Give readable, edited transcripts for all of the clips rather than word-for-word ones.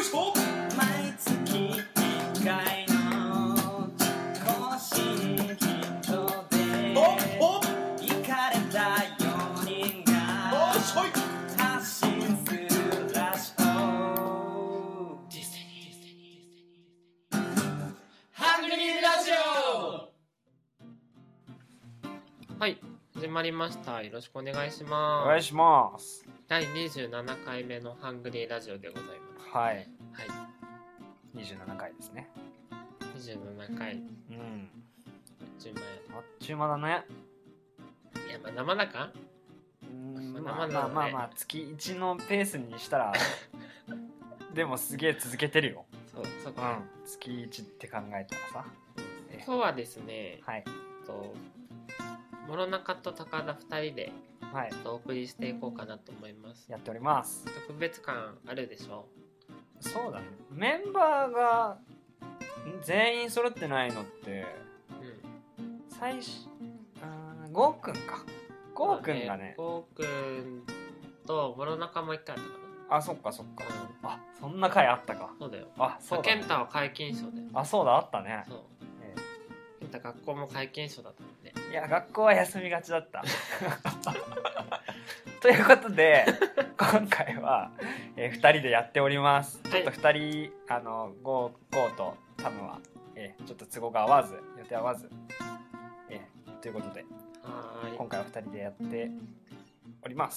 しょ。 毎月1回の更新頻度でおイカれた4人がおしょい。 発信するラジオハングリーラジオ。 はい、始まりました。よろしくお願いします。 お願いします。 第27回目のハングリーラジオでございます。 はい。 はい、 27回ですね。 27回。 うん。 あっあっちゅう間だね。 いや、まだかまあ、月1のペースにしたら、でもすげえ続けてるよ。 そうか。 月1って考えたらさ。 今日はですね、 はい。 諸中と高田2人ではい。 お送りしていこうかなと思います。 やっております。 特別感あるでしょそうだね。メンバーが全員揃ってないのって、最初、ゴーくんか。ゴーくんがね。 ゴーくんと諸中も1回あったかな。 あ、そっかそっか。あ、そんな回あったか。 そうだよ。 あ、そうだ。 健太は皆勤賞だよ。 あ、そうだ、あったね。 そう。健太学校も皆勤賞だったもんね。 いや、学校は休みがちだった。ということで、今回は、2人でやっております。ちょっと2人、ゴーとタムは、ちょっと都合が合わず、予定合わず、ということで、今回は2人でやっております。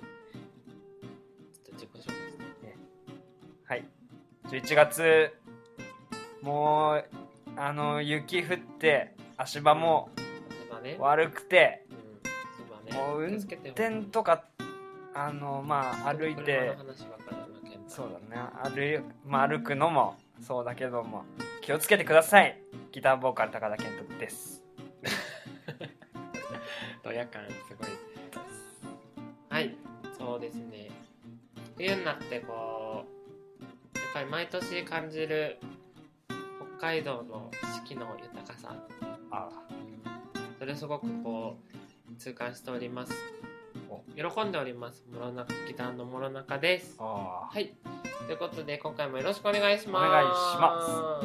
ちょっと自己紹介ですね。 はい。11月、もう、雪降って、足場も悪くて、もう運転とか歩いてそうだね、歩くのもそうだけども気をつけてください。ギターボーカル高田健人です。 ドヤ感すごい。はい、そうですね。冬になってこうやっぱり毎年感じる北海道の四季の豊かさ。それすごくこう痛感しております。喜んでおります。ギターの諸中です。はい。ということで今回もよろしくお願いします。 お願いします。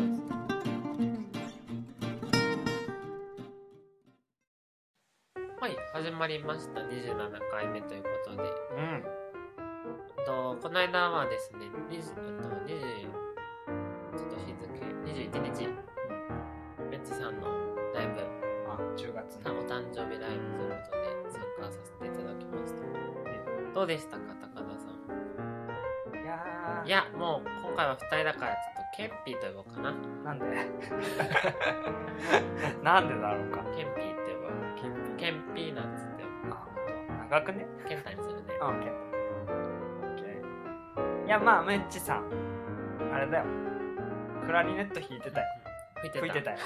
はい、始まりました27回目ということで、この間はですね、21日、ベンチさんのライブ、 10月のお誕生日ライブということで参加させていただきました。どうでしたか、高田さん。いや、もう今回は2人だからちょっとケンピーと呼ぼうかな。 なんでなんでだろうか。 ケンピーって呼ぼう。ケンピーなんつって長くね。 ケンタにするね。 いや、まあメッチさんあれだよ、クラリネット弾いてたよ。吹いてたよ。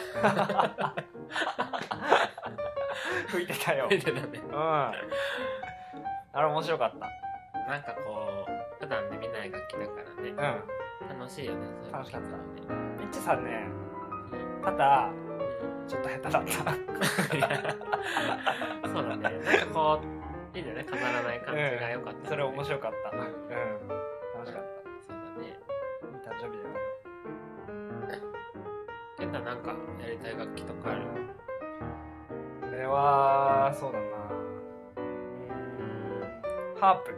吹いてたよ。 吹いてたね。 あれ面白かった。 なんかこう普段ね見ない楽器だからね。楽しいよね。 楽しかったね。メッチさんね、ただちょっと下手だった。 そうだね。なんかこういいんだよね、飾らない感じが良かった、ね。 それ面白かった。楽しかった。 そうだね。 誕生日だよ。 ケンタなんかやりたい楽器とかある？ これはそうだな。ハープ。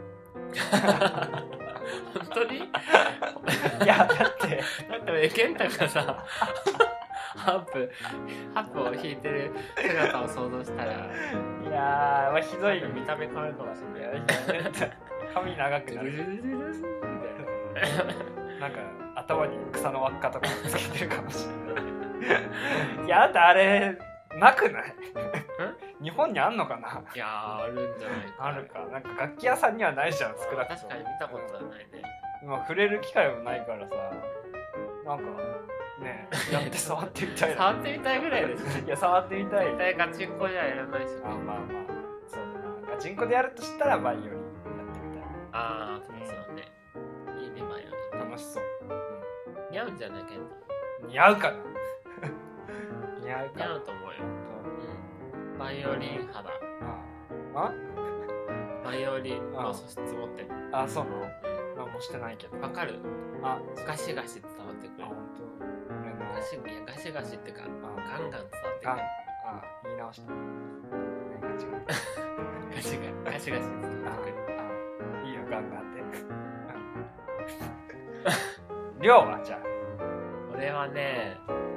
本当に？ いやだってケンタがさ。ハープを弾いてる姿を想像したら、いやー、ひどい。 見た目変わるかもしれない。 髪長くなる。なんか頭に草の輪っかとかつけてるかもしれない。いや、だってあれなくない？日本にあんのかな？ いや、あるんじゃないか。 あるか。なんか楽器屋さんにはないじゃん、少なくとも。 確かに見たことはないね。 今触れる機会もないからさ、なんかね、やって触ってみたいな。 触ってみたいぐらいですね。 いや、触ってみたい。 絶対ガチンコじゃやらないしね。 まあそうだな。ガチンコでやるとしたらバイオリンやってみたい。 そうね。いいね、バイオリン。 楽しそう。 似合うんじゃないけど。 似合うかな。似合うと思うよ。バイオリン肌。 バイオリンの素質持ってる。 あ、そうなの？も押してないけど。 わかる？ あ、 ガシガシ伝わってくる。 本当。俺のガシガシってか、ガンガン伝わってくる。 言い直した。 ガシガシ伝わってくる。 いいよ、ガンガンって。量はじゃあ。 俺はね、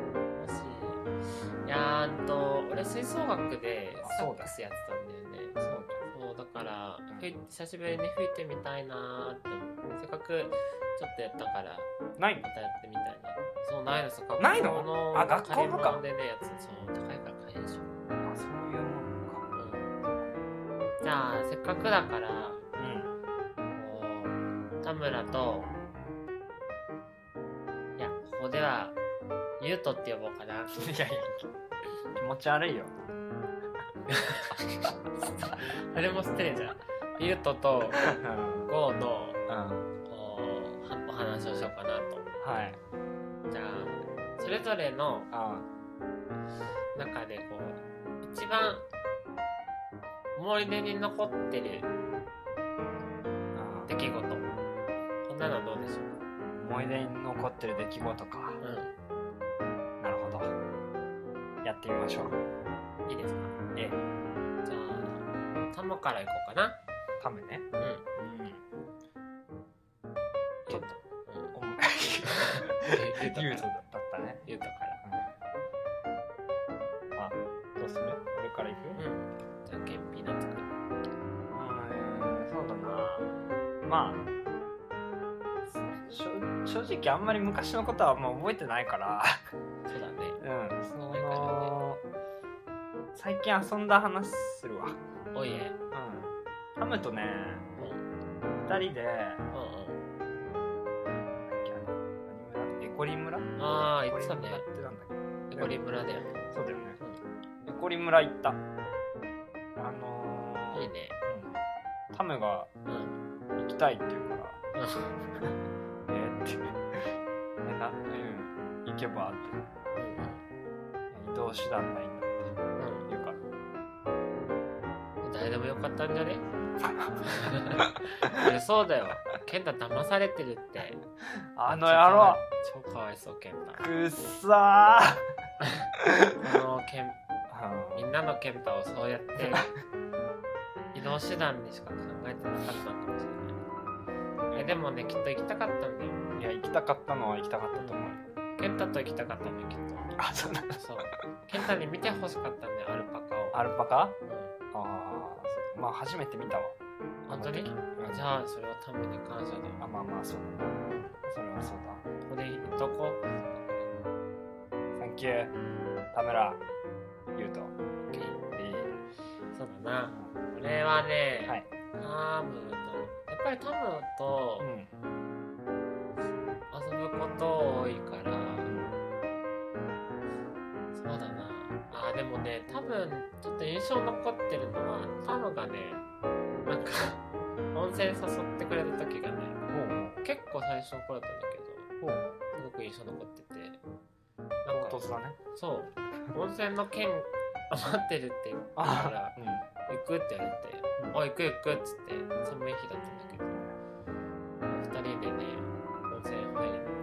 俺吹奏楽でサックスやってたんだよね。そうだから、久しぶりに吹いてみたいなーって思う。せっかくちょっとやったからないの？ またやってみたいな。そうないのさ。 ないの？あ、学校のか。 でねやつ、そう高いから買えるでしょ。 あ、そういうものか。 じゃあせっかくだから、田村と、いやここではゆうとって呼ぼうかな。いや気持ち悪いよ。 それも失礼じゃん。ゆうととゴーの、お話をしようかなと。はい。じゃあそれぞれの中でこう一番思い出に残ってる出来事、こんなのどうでしょう？ 思い出に残ってる出来事か。なるほど。やってみましょう。 いいですか？じゃあタムからいこうかな。 タムね。ちょっとユートだったね。 ユートから。 どうする？俺からいく？ じゃあケンピーナッツくん。 そうだな。まあ正直あんまり昔のことはもう覚えてないから。 そうだね。 最近遊んだ話するわ。 おいえ。 タムとね、2人で、エコリ村？ ああ、言ってたね。エコリ村だよ。 そうだよね。エコリ村行った。 いいね。 タムが行きたいって言うから、行けばって、移動手段ないんだって言うから、 誰でもよかったんじゃね？そうだよ。ケンタ騙されてるって。 あの野郎。 超かわいそう、ケンタ。 くっさー。みんなのケンタをそうやって移動手段にしか考えてなかったのかもしれない。でもね、きっと行きたかったんだよ。 いや、行きたかったのは行きたかったと思う。 ケンタと行きたかったんだよ、きっと。 あ、そうなんだ。 そう。ケンタに見てほしかったんだよ、アルパカを。 アルパカ？まあ初めて見たわ。 本当に？じゃあそれはタムに感謝だよ。 まあそうだな。それはそうだ。 ここで言っとこう。 サンキュー。田村ユウト。 そうだな。俺はね、タムとやっぱりタムと遊ぶこと多いから、そうだな。でもね、多分ちょっと印象残ってるのはタムがね、なんか温泉誘ってくれた時がね、結構最初の頃だったんだけど、すごく印象残ってて、なんか唐突だね。 そう、温泉の券余ってるって言ったから行くって言われて、行くっつって寒い日だったんだけど、2人でね温泉入りに行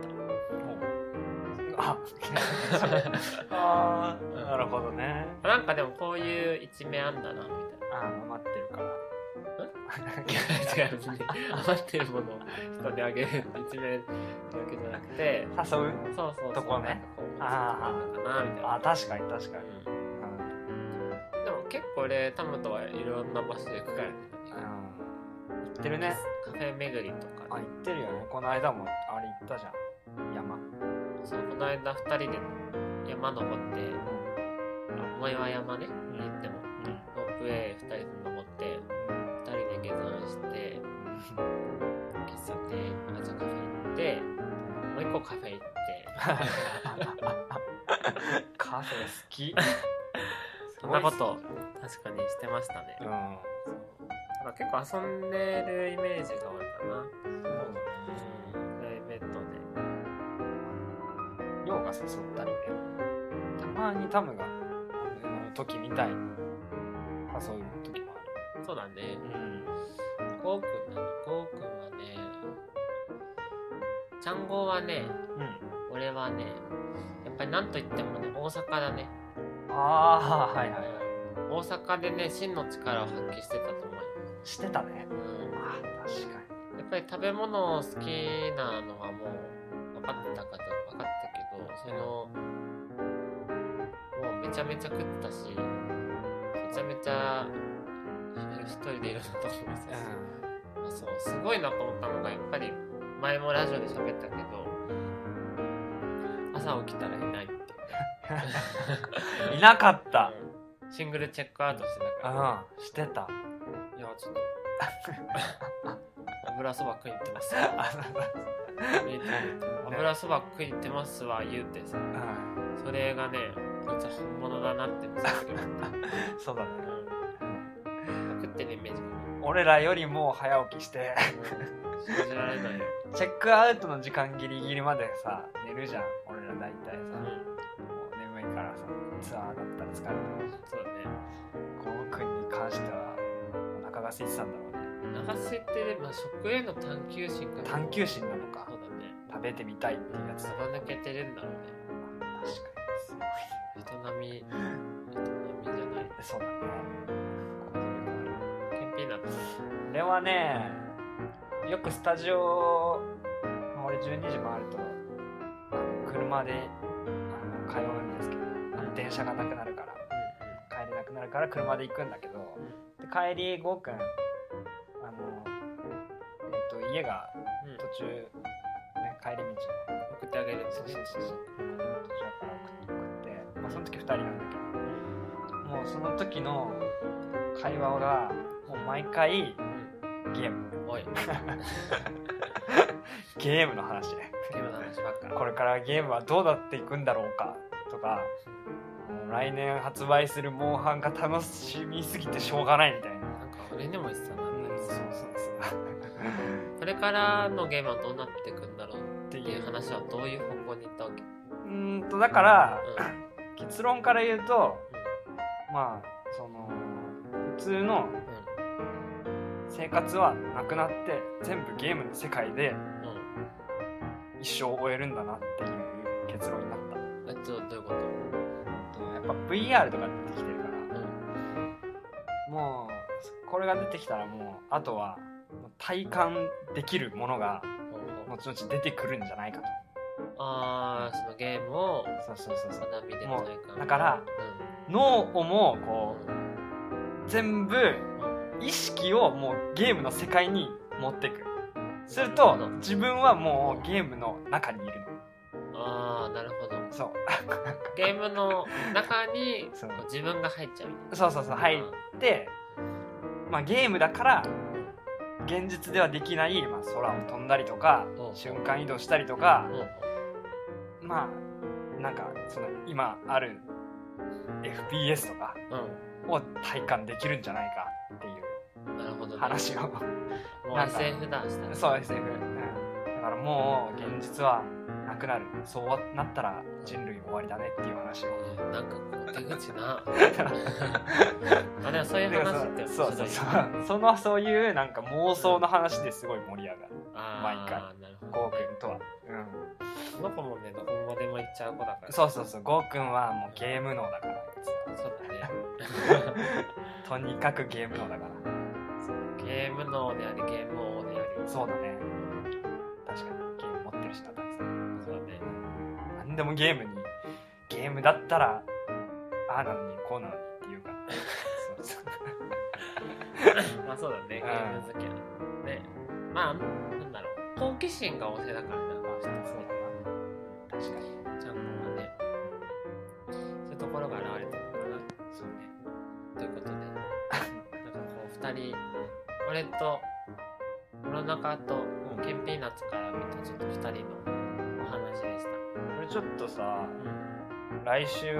った。 なるほどね。 なんかでもこういう一面あんだなみたいな。 余ってるから。 違う、余ってるものを人にあげる一面だけじゃなくて、 誘う？ そうとこね。 確かに。でも結構俺タムとはいろんな場所行くからね。 行ってるね。 カフェ巡りとか。 行ってるよね。この間もあれ行ったじゃん。山。 そう、この間2人で山登って、萌岩山ね、言っても、ロープウェイ2人で登って、2人で下山して、喫茶店、カフェ行って、もう1個カフェ行って。 カフェ好き。 そんなこと確かにしてましたね。だから結構遊んでるイメージが多いかな。プライベートで。 亮が誘ったりね。たまにタムが時みたいに誘う時もある。 そうだね。ゴーくんはね、 ちゃんごはね、俺はねやっぱりなんといってもね大阪だね。 ああ、はいはい。 大阪でね真の力を発揮してたと思う。 してたね。あ、確かに。 やっぱり食べ物好きなのはもう分かってたけど、もうめちゃめちゃ食ってたし、めちゃめちゃ一人でいろんなとこ見せて、そうすごいなと思ったのがやっぱり前もラジオで喋ったけど、朝起きたらいないっていなかった、 シングルチェックアウトしてたから、 してた。 いやちょっと油そば食いに行ってます油そば食いに行ってますわ言うてさ、それがねこいつは本物だなってそうだね、 食ってるイメージ。 俺らよりも早起きして信じられないよ。 チェックアウトの時間ギリギリまでさ寝るじゃん俺ら大体さ、もう眠いからさ、ツアーだったら疲れてる。 そうだね。 ゴーくんに関してはお腹が空いてたんだろうね。 お腹空いてる、食への探求心かな。 探求心なのか。 そうだね。 食べてみたいっていうやつ。 ずば抜けてるんだろうね。 確かにすごい。 人並みじゃない。 そうだね。 ケンピーナッツ。 俺はね、よくスタジオ、俺12時回ると車で通うんですけど、電車がなくなるから、帰れなくなるから車で行くんだけど、で帰りゴーくん家が途中、帰り道送ってあげるんですよね。 そう途中から送って、その時2人なんだけど、もうその時の会話がもう毎回ゲーム、ゲームの話ね。 ゲームの話ばっかり。 これからゲームはどうなっていくんだろうかとか、来年発売するモンハンが楽しみすぎてしょうがないみたいな。 なんか俺にも言ってたな。 そうこれからのゲームはどうなっていくんだろうっていう話はどういう方向に行ったわけ？ だから、結論から言うと、その普通の生活はなくなって全部ゲームの世界で一生を終えるんだなっていう結論になった。 どういうこと？ やっぱ VR とか出てきてるから、もうこれが出てきたらもうあとは体感できるものが後々出てくるんじゃないかと。 そのゲームをそう学びで体感。 だから、脳をもこう全部意識をもうゲームの世界に持っていく。すると自分はもうゲームの中にいるの。 なるほど。 そうゲームの中に自分が入っちゃう。 そう入って、ゲームだから現実ではできない、空を飛んだりとか瞬間移動したりとか、なんかその今ある FPS とかを体感できるんじゃないかっていう話を、 もう SF だしたね。 そう SF、だからもう現実はなくなる、そうなったら人類終わりだねっていう話を、 なんかこう手口なでもそういう話ってそういうなんか妄想の話ですごい盛り上がる、毎回。ゴーくんとはこの子もねどこまでも行っちゃう子だから。 そうゴーくんはもうゲーム脳だから。 そうだねとにかくゲーム脳だから。 ゲーム脳でありゲーム王であり。 そうだね、確かにゲーム持ってる人はたくさん。 そうだね、 何でもゲームだったらああなのにこうなのにっていうかそうだね、ゲーム好きだね。なんだろう、好奇心が旺盛だからね。 そうだな、確かに。 ちゃんとはね、そういうところが現れてるのかな。 そうね。 ということで、なんかこう2人、俺と室中とケンピーナッツから見たちょっと2人のお話でした。 これちょっとさ、来週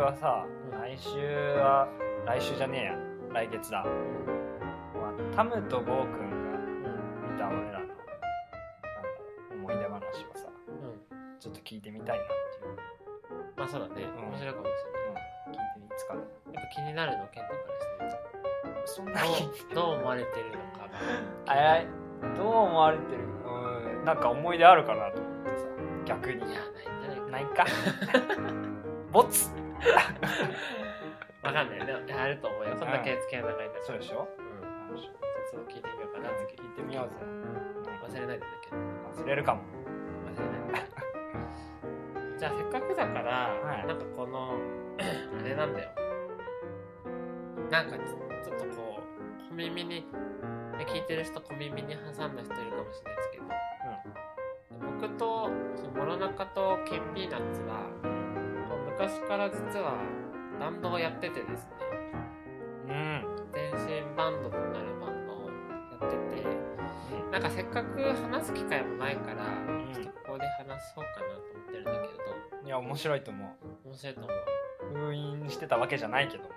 じゃねえや、来月だ。タムとゴーくんが見た俺らの思い出話をさ、ちょっと聞いてみたいなっていう。 そうだね、面白いかもしれない。 聞いていつかね。 やっぱ気になるのケンタからですね。 そんなどう思われてるのかが。 どう思われてるなんか思い出あるかなと思ってさ。 逆に。 いやないんじゃないかないかボツわかんないね。あると思うよ。こんだけ付き合い長いんだから。 そうでしょ。 うん。ちょっと聞いてみようかな。 聞いてみようぜ。 忘れないでだけど。 忘れるかも。 忘れない。じゃあせっかくだから、 はいなんかこのあれなんだよ。なんかちょっとこう小耳に聞いてる人小耳に挟んだ人いるかもしれないですけど、僕とその諸中とケンピーナッツはこう昔から実はバンドをやっててですね、全身バンドとなるバンドをやってて、なんかせっかく話す機会もないから、ちょっとここで話そうかなと思ってるんだけれど。 いや面白いと思う。 面白いと思う。 封印してたわけじゃないけども、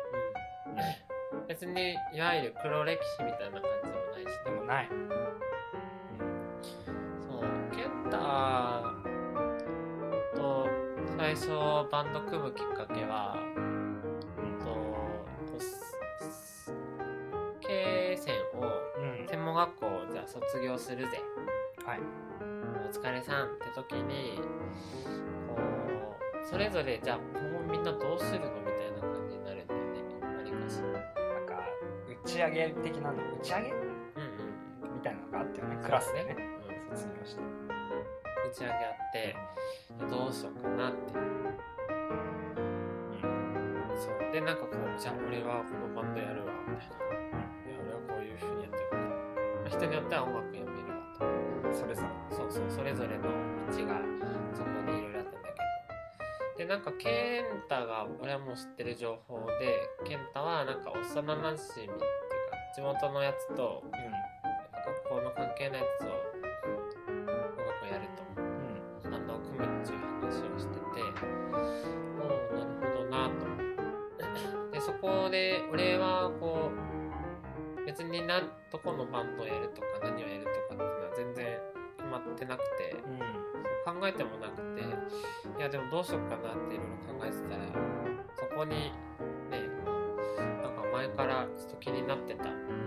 別にいわゆる黒歴史みたいな感じでもないし、 でもない。 そうケンタと最初バンド組むきっかけは、経営専を専門学校をじゃあ卒業するぜ、 はい、 お疲れさんって時にこうそれぞれじゃあもうみんなどうするのみたいな感じになるんだよね。何かしらなんか打ち上げ的なの、打ち上げ、みたいなのがあったよね、クラスでね、卒業して打ち上げあってどうしようかなって、そうでなんかこうじゃあ俺はこのバンドやるわみたいな、いや俺はこういう風にやってるから、まあ、人によっては音楽やめるわと、 それぞれそれぞれの道がそこでいろいろあったんだけど、でなんかケンタが俺はもう知ってる情報で、ケンタはなんか幼なじみっていうか地元のやつと、学校の関係のやつを音楽をやると、バンドを組むっていう話をしてて、おおなるほどなと。でそこで俺はこう別にどこのバンドをやるとか何をやるとかっていうのは全然決まってなくて、そう考えてもなくて、いやでもどうしようかなっていろいろ考えてたら、そこにね、なんか前からちょっと気になってた、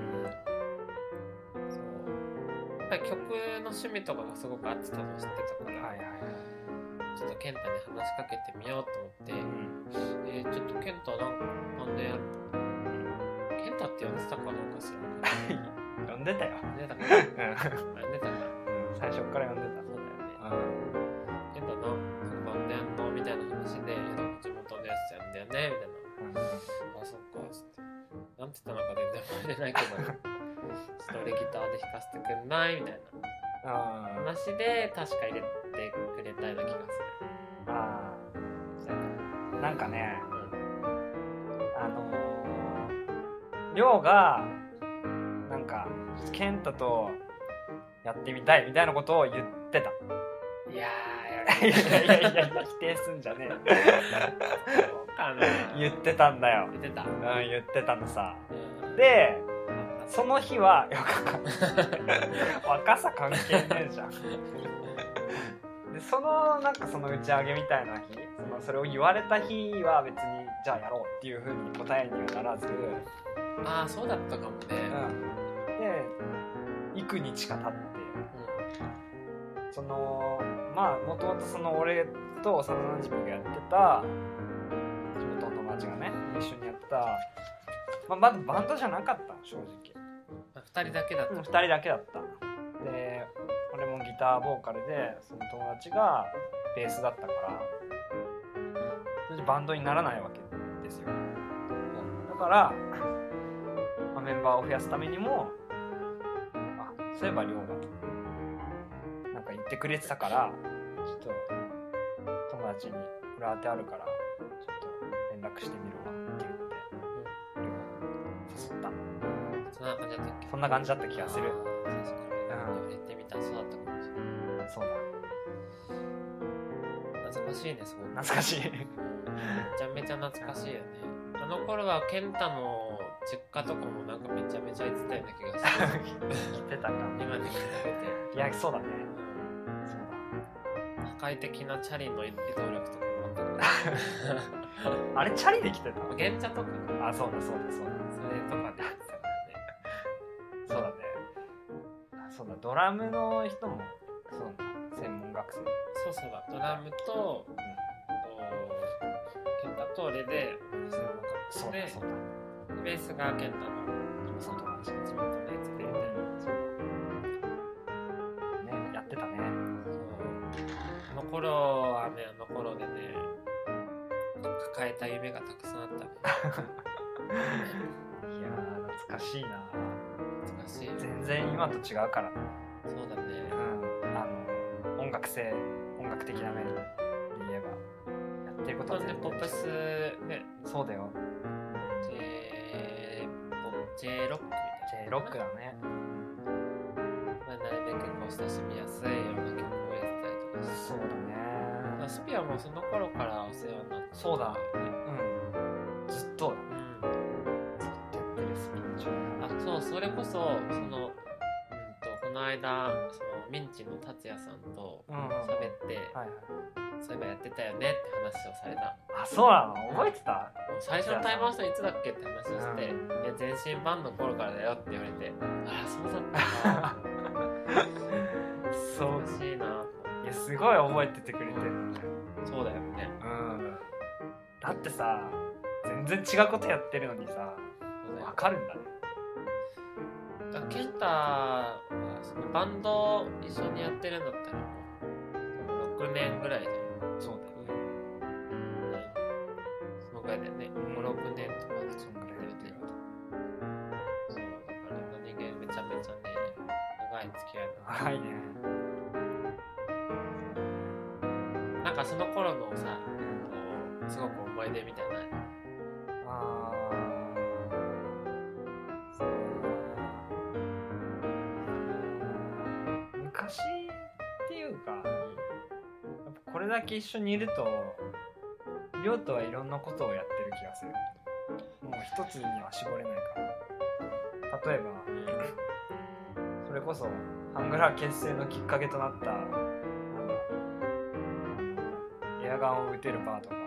そうやっぱり曲の趣味とかがすごく合ってたのを知ってたから、ちょっとケンタに話しかけてみようと思って、ちょっとケンタなんかバンドやる、ケンタって呼んでたかどうか知らない呼んでたよ。 呼んでたかな呼んでたか最初から呼んでた。 そうだよね。ケンタなバンドやんのみたいな話で、なんか地元のやつやんだよねみたいな。あ、そっかつって。なんて言ったのか全然覚えてないけど、ちょっと俺ギターで弾かせてくんないみたいな話で確か入れてくれたような気がする。 なんかね、りょうがなんかケンタとやってみたいみたいなことを言ってた。 いや否定すんじゃねえそうかな。 言ってたんだよ。 言ってた。 言ってたのさ。でその日は若さ関係ねえじゃん。でそのなんかその打ち上げみたいな日、それを言われた日は別にじゃあやろうっていう風に答えにはならず、 ああそうだったかもね。 で幾日か経って、そのまあもともとその俺と幼なじみがやってた地元の友達がね一緒にやってた、まずバンドじゃなかった正直。 2人だけだった。 2人だけだった。で俺もギターボーカルで、その友達がベースだったから、それでバンドにならないわけですよ。だから、メンバーを増やすためにも、そういえばりょうがなんか言ってくれてたから、ちょっと友達に俺当てあるからちょっと連絡してみるわって言って、りょう誘った。 そんな感じだったっけ？ そんな感じだった気がする。 確かに言ってみたらそうだったかもしれない。 そうだ。 懐かしいね、すごい。 懐かしい。 めちゃめちゃ懐かしいよね。あの頃はケンタの実家とかもなんかめちゃめちゃ行ってたような気がする。 来てたか。 今に比べて。 いや、そうだね。そうだ。破壊的なチャリの移動力とかもあったから。 あれチャリで来てた？ 原茶とか。 あ、そうだ。それとかでやってたからね。そうだね。そうだ、ドラムの人もそうだ、専門学生。 そうそうだ、ドラムと、ケンタと俺でそうだそうだ。 ベースがケンタのそうだ地元のやつで、 ね、やってたね。 あの頃はね、あの頃でね、抱えた夢がたくさんあったね。 いやー、懐かしいな。 懐かしい。 全然今と違うからね。 そうだね。 音楽的な面で言えばやってることは全然ポップスね。 そうだよ。 J ロックみたいな。 J ロックだね。 なるべくこう親しみやすいような曲をやってたりとかして。 そうだね。 スピアもその頃からお世話になってた。 そうだ。ずっとだ。ずっとやってるスピン中。 そう、それこそこの間ミンチの達也さんと喋って、そういえばやってたよねって話をされた。 あ、そうなの？覚えてた？ 最初の対バンしたいつだっけって話をして、全身バンの頃からだよって言われて、ああそうだったな。 そう欲しいな。 いや、すごい覚えててくれてる。 そうだよね。 だってさ、全然違うことやってるのにさ、わかるんだね。 ケンタはそのバンド一緒にやってるんだったらもう6年ぐらいじゃん。 そうだよね。 そのぐらいだよね。5、6年とかでそのぐらいやってる。 そう、だから何気めちゃめちゃね、長い付き合いだ。 長いね。 なんかその頃のさ、すごく思い出みたいな。 昔っていうか、やっぱこれだけ一緒にいるとりょうとはいろんなことをやってる気がする。もう一つには絞れないから。例えば、それこそハングラー結成のきっかけとなったエアガンを撃てるバーとか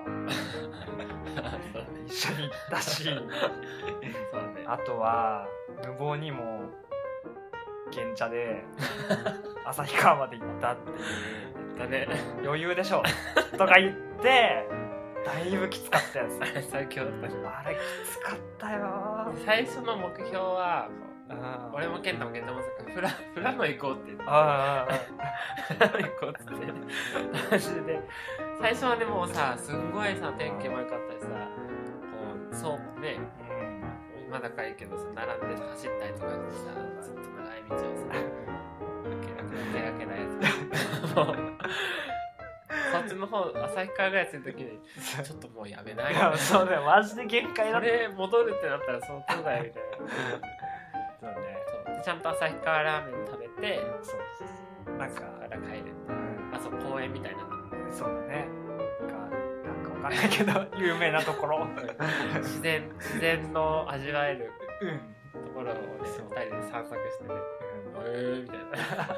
一緒に行ったし、あとは無謀にも現茶で旭川まで行ったっていうね、 余裕でしょとか言ってだいぶきつかったやつ。 最強だった。 あれきつかったよ。 最初の目標は俺もケンタもさフラノ行こうって言ってフラノ行こうっつってマジで最初はね、もうさ、すんごいさ天気も良かったりさ、こうそうね、まだかいいけどさ、並んで走ったりとかしてさ、ずっと長い道をさ手がけないやつもうそっちの方、旭川ぐらいするときにちょっともうやめないよ、ね、 そうだよ、マジで限界だった。 それ戻るってなったら相当だよみたいな。 そうね。 そうちゃんと旭川ラーメン食べて、 なんかから帰る、あそこ公園みたいな。 そうだね。なんかわかんないけど有名なところ自然の味わえるところをね、2人で散策してね、みたいな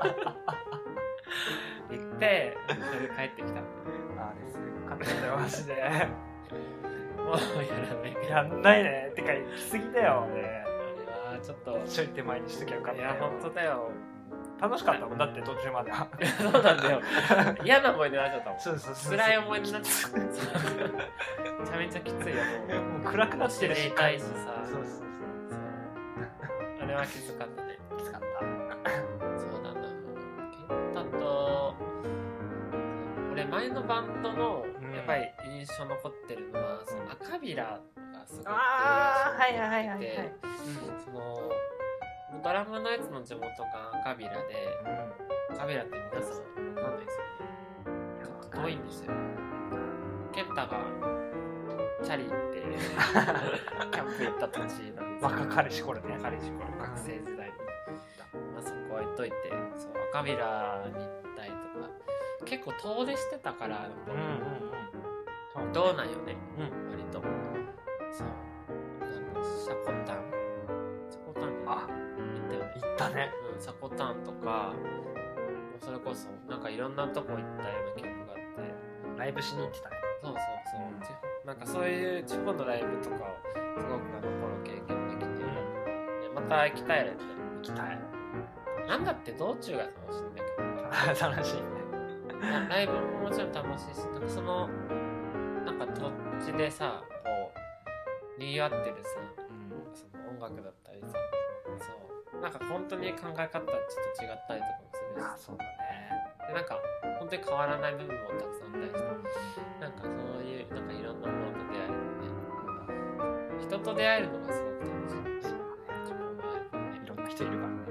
行って、それで帰ってきた。 あれすごかったよマジで。 もうやんないね。てか行き過ぎだよね。 あれはちょっとちょい手前にしときゃよかった。 いや本当だよ。 楽しかったもんだって途中までは。 そうなんだよ。嫌な思い出になっちゃったもん。 そう辛い思い出になっちゃった。めちゃめちゃきついよ。 もう暗くなってるし。 痛いしさ。 そう。 あれはきつかったね。 きつかった。 そうだな。ケンタと俺前のバンドのやっぱり印象残ってるのは、その赤ビラがすごくはいそのドラムのやつの地元が赤ビラで、赤ビラって皆さんわかんないですよね。ちょっと遠いんですよ。ケンタがチャリ行ってキャンプ行った土地なんですよ。 若かりし頃ね。 学生時代に、そこは行っといて、そう赤ビラに行ったりとか、結構遠出してたから、どうなんよね、割と。そう、シャコタン行ったね。 シャコタンとか、それこそなんかいろんなとこ行ったような記憶があって、 ライブしに行ってたね。 そう、なんかそういう地方のライブとかをすごく経験できて、また行きたいね。 行きたい。 なんだって道中が楽しいんだけど。 楽しいね。 ライブももちろん楽しいし、なんかそのなんか土地でさこう賑わってるさ、その音楽だったりさ、そうなんか本当に考え方ちょっと違ったりとかもするし、 そうだね。 でなんか本当に変わらない部分もたくさんあったりして、なんかそういうなんかいろんなものと出会えるので、人と出会えるのがすごく楽しい。 そうだね。いろんな人いるからね。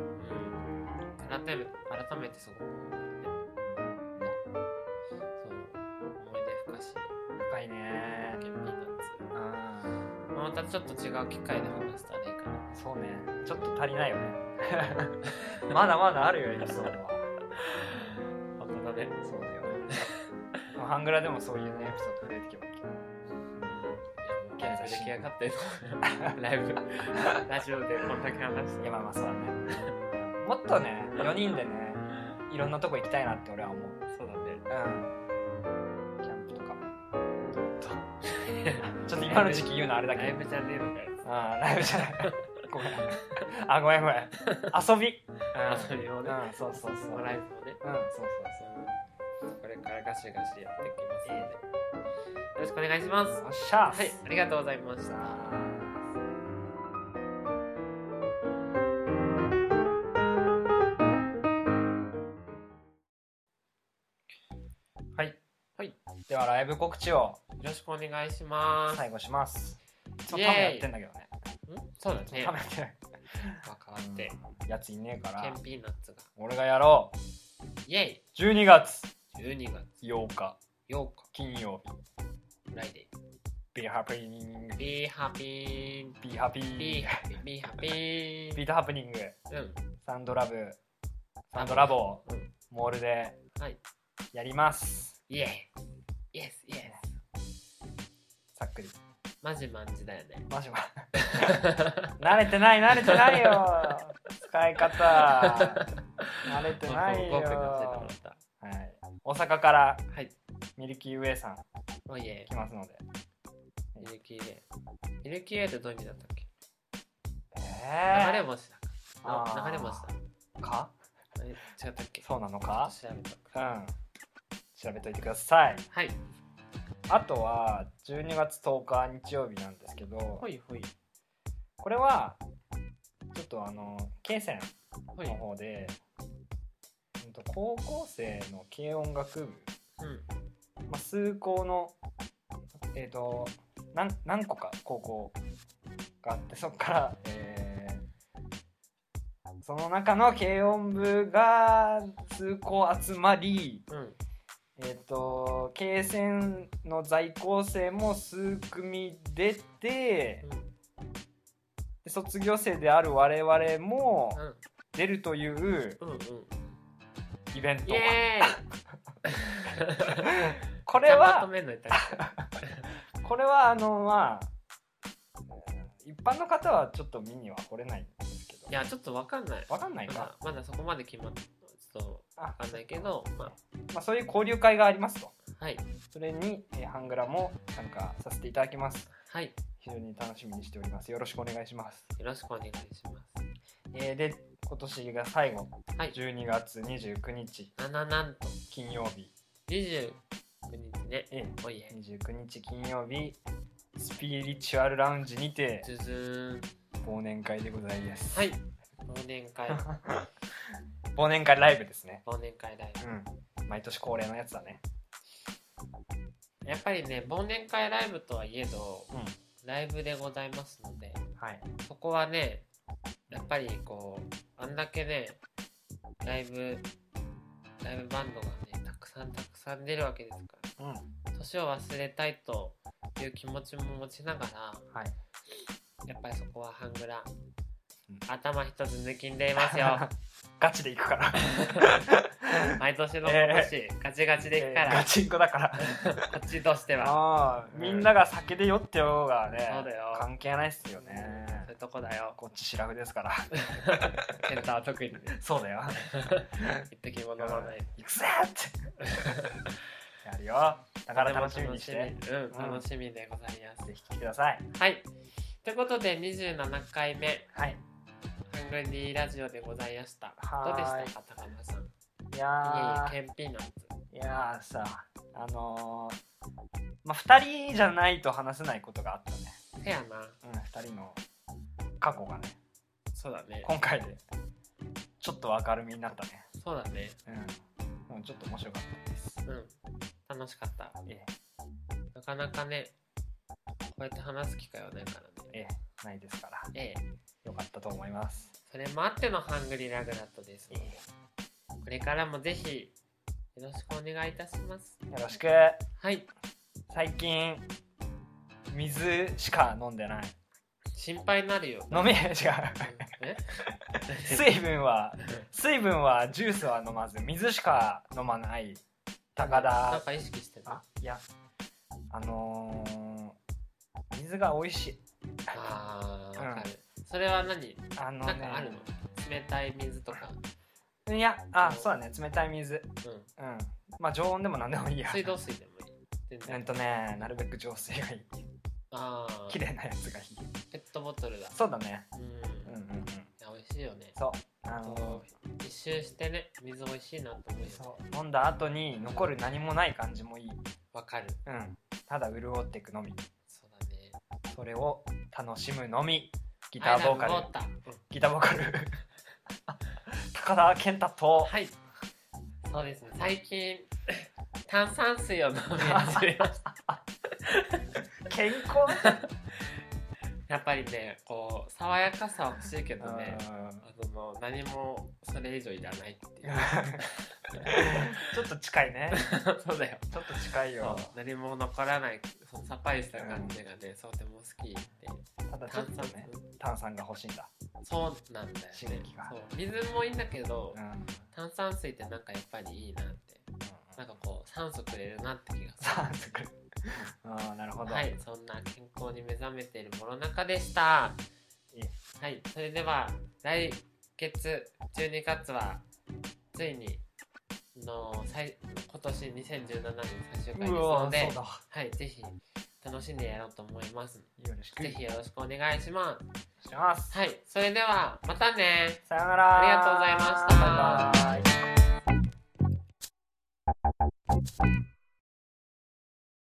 改めてすごく思うね。そう思い出深し深いね。 ケンピーナッツ。またちょっと違う機会で話したらいいかな。 そうね。ちょっと足りないよね。まだまだあるよエピソードは。 本当だね。 そうだよ。ハングラでもそういうねエピソード増えてきました。 現在出来上がってるのライブラジオでこんだけ話して。 いやまあそうだね。もっとね4人でねいろんなとこ行きたいなって俺は思う。 そうだね。 キャンプとかも。ちょっと今の時期言うのあれだけど。 ライブじゃねえのかよ。 ライブじゃない。ごめん。ごめん。遊び。 遊びをね。 そうそうそう。 ライブもね。そう。これからガシガシやっていきますので、よろしくお願いします。 おっしゃ。 はい、ありがとうございました。 ではライブ告知をよろしくお願いします。 最後します。 イエーイ。 多分やってんだけどね。 そうだね。 多分やってない。 変わってやついねえから。 ケンピーナッツが。 俺がやろう。 イェイ。 12月 8日金曜日。 フライデー。 Be happy. Be happy. Be happy. Be happy. Be happy. ビートハプニング。サンドラボ。モールでやります。 イエイ。イエス。 さっくり。 マジマンジだよね。 マジ慣れてないよ。使い方。慣れてないよ。大阪からミルキーウェイさん来ますので。 ミルキーウェイ。ミルキーウェイってどういう意味だったっけ？流れ星だか。流れ星だ。 か？ 違ったっけ？ そうなのか？ 調べとく。 調べといてください。 はい。 あとは12月10日日曜日なんですけど、これはちょっと慶専の方で、高校生の軽音楽部、数校の何個か高校があって、そこから、その中の軽音部が数校集まり、慶専の在校生も数組出て、で卒業生である我々も出るというイベント。これはまあ一般の方はちょっと見には来れないんですけど。 いやちょっと分かんないか。 まだそこまで決まって分かんないけど、まあそういう交流会がありますと。 はい。 それにハングラも参加させていただきます。 はい。 非常に楽しみにしております。よろしくお願いします。 よろしくお願いします。 で今年が最後、12月29日なんと金曜日。 29日ね。 29日金曜日スピリチュアルラウンジにて忘年会でございます。 はい。忘年会。 忘年会ライブですね。 忘年会ライブ。毎年恒例のやつだね。 やっぱりね、忘年会ライブとはいえど、ライブでございますので、そこはね、やっぱりこうあんだけね、ライブバンドがねたくさん出るわけですから、年を忘れたいという気持ちも持ちながら、やっぱりそこはハングラ、頭一つ抜きんでいますよ。 ガチでいくから毎年の今年、ガチガチでいくから、 ガチンコだからこっちとしてはみんなが酒で酔ってようがね、 そうだよ、 関係ないっすよね。 そういうとこだよ。 こっちシラフですからセンターは特にそうだよ一滴も飲まない。 行くぜってやるよ。だから楽しみにして。 楽しみでございます。 ぜひ来てください。 はい。ということで27回目、 はい、 ハングリーラジオでございました。どうでしたか、高間さん。 いやケンピーナッツ。 やーさまあ2人じゃないと話せないことがあったね。 せやな。 2人の過去がね、 そうだね。 今回でちょっと明るみになったね。 そうだね。 ちょっと面白かったです。 楽しかった。なかなかね、こうやって話す機会はないからね。 ないですから。よかったと思います。 それもあってのハングリーラグナットです。これからもぜひよろしくお願いいたします。 よろしく。 はい。 最近水しか飲んでない。 心配になるよ。 違う。水分はジュースは飲まず水しか飲まない高田。 なんか意識してる？ いや、水が美味しい。 わかる。それは何？なんかあるの？冷たい水とか。 いや、そうだね、冷たい水。まあ常温でも何でもいいや。 水道水でもいい。 なるべく浄水がいい。綺麗なやつがいい。 ペットボトルだ。 そうだね。 いや、美味しいよね。 そう。 一周してね、水美味しいなと思うよ。 そう。飲んだ後に残る何もない感じもいい。 わかる。 ただ潤っていくのみ。 そうだね。 それを楽しむのみ。ギターボーカル。高田健太と。 はい。そうですね。最近炭酸水を飲み始めました。 健康やっぱりね、こう爽やかさは欲しいけどね、何もそれ以上いらないっていうちょっと近いね。 そうだよ、 ちょっと近いよ。 何も残らない、そのさっぱりした感じがね、とても好きで。 ただちょっとね、炭酸が欲しいんだ。 そうなんだよね。 刺激が。 水もいいんだけど、炭酸水ってなんかやっぱりいいなって、なんかこう酸素くれるなって気がする。 酸素くれる。なるほど。 はい、そんな健康に目覚めているものの中でした。はい、それでは来月12月はついに今年2017年最終回ですので、はい、ぜひ楽しんでやろうと思います。ぜひよろしくお願いします。はい、それではまたね。 さよなら。 ありがとうございました。 バイバイ。